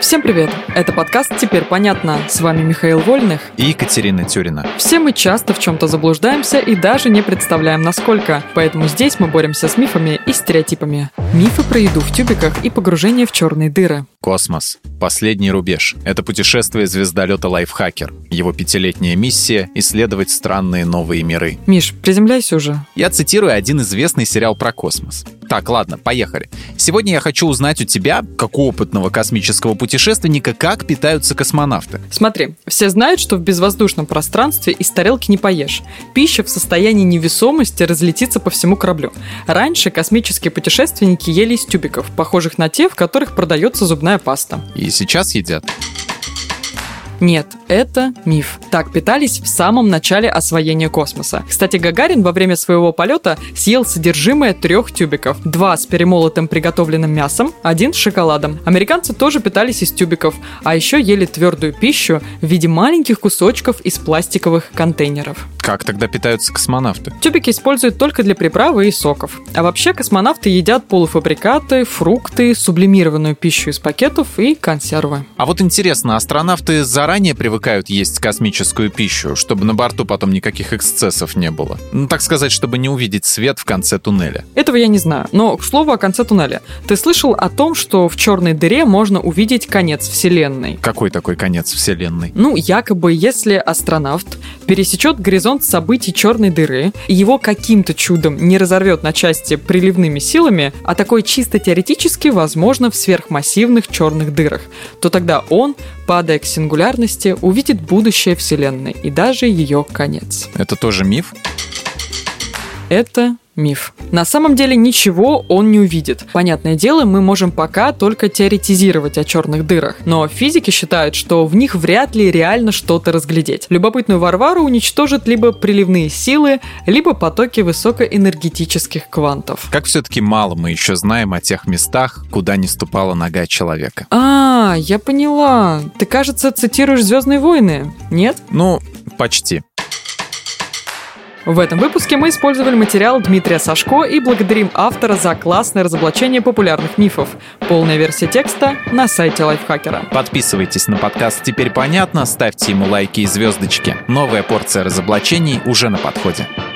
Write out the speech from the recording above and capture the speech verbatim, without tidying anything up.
Всем привет! Это подкаст «Теперь понятно». С вами Михаил Вольных и Екатерина Тюрина. Все мы часто в чем-то заблуждаемся и даже не представляем, насколько. Поэтому здесь мы боремся с мифами и стереотипами. Мифы про еду в тюбиках и погружение в черные дыры. Космос. Последний рубеж. Это путешествие звездолета «Лайфхакер». Его пятилетняя миссия — исследовать странные новые миры. Миш, приземляйся уже. Я цитирую один известный сериал про космос. Так, ладно, поехали. Сегодня я хочу узнать у тебя, как у опытного космического путешественника, как питаются космонавты. Смотри, все знают, что в безвоздушном пространстве из тарелки не поешь. Пища в состоянии невесомости разлетится по всему кораблю. Раньше космические путешественники ели из тюбиков, похожих на те, в которых продается зубная паста. И сейчас едят. Нет, это миф. Так питались в самом начале освоения космоса. Кстати, Гагарин во время своего полета съел содержимое трех тюбиков. Два с перемолотым приготовленным мясом, один с шоколадом. Американцы тоже питались из тюбиков, а еще ели твердую пищу в виде маленьких кусочков из пластиковых контейнеров. Как тогда питаются космонавты? Тюбики используют только для приправы и соков. А вообще космонавты едят полуфабрикаты, фрукты, сублимированную пищу из пакетов и консервы. А вот интересно, астронавты заранее привыкают есть космическую пищу, чтобы на борту потом никаких эксцессов не было? Ну, так сказать, чтобы не увидеть свет в конце туннеля. Этого я не знаю, но, к слову, о конце туннеля. Ты слышал о том, что в черной дыре можно увидеть конец Вселенной? Какой такой конец Вселенной? Ну, якобы, если астронавт пересечет горизонт событий черной дыры, и его каким-то чудом не разорвет на части приливными силами, а такое чисто теоретически возможно в сверхмассивных черных дырах, то тогда он, падая к сингулярности, увидит будущее Вселенной и даже ее конец. Это тоже миф? Это миф. На самом деле ничего он не увидит. Понятное дело, мы можем пока только теоретизировать о черных дырах, но физики считают, что в них вряд ли реально что-то разглядеть. Любопытную Варвару уничтожат либо приливные силы, либо потоки высокоэнергетических квантов. Как все-таки мало мы еще знаем о тех местах, куда не ступала нога человека. А, я поняла. Ты, кажется, цитируешь «Звездные войны», нет? Ну, почти. В этом выпуске мы использовали материал Дмитрия Сашко и благодарим автора за классное разоблачение популярных мифов. Полная версия текста на сайте Лайфхакера. Подписывайтесь на подкаст «Теперь понятно», ставьте ему лайки и звездочки. Новая порция разоблачений уже на подходе.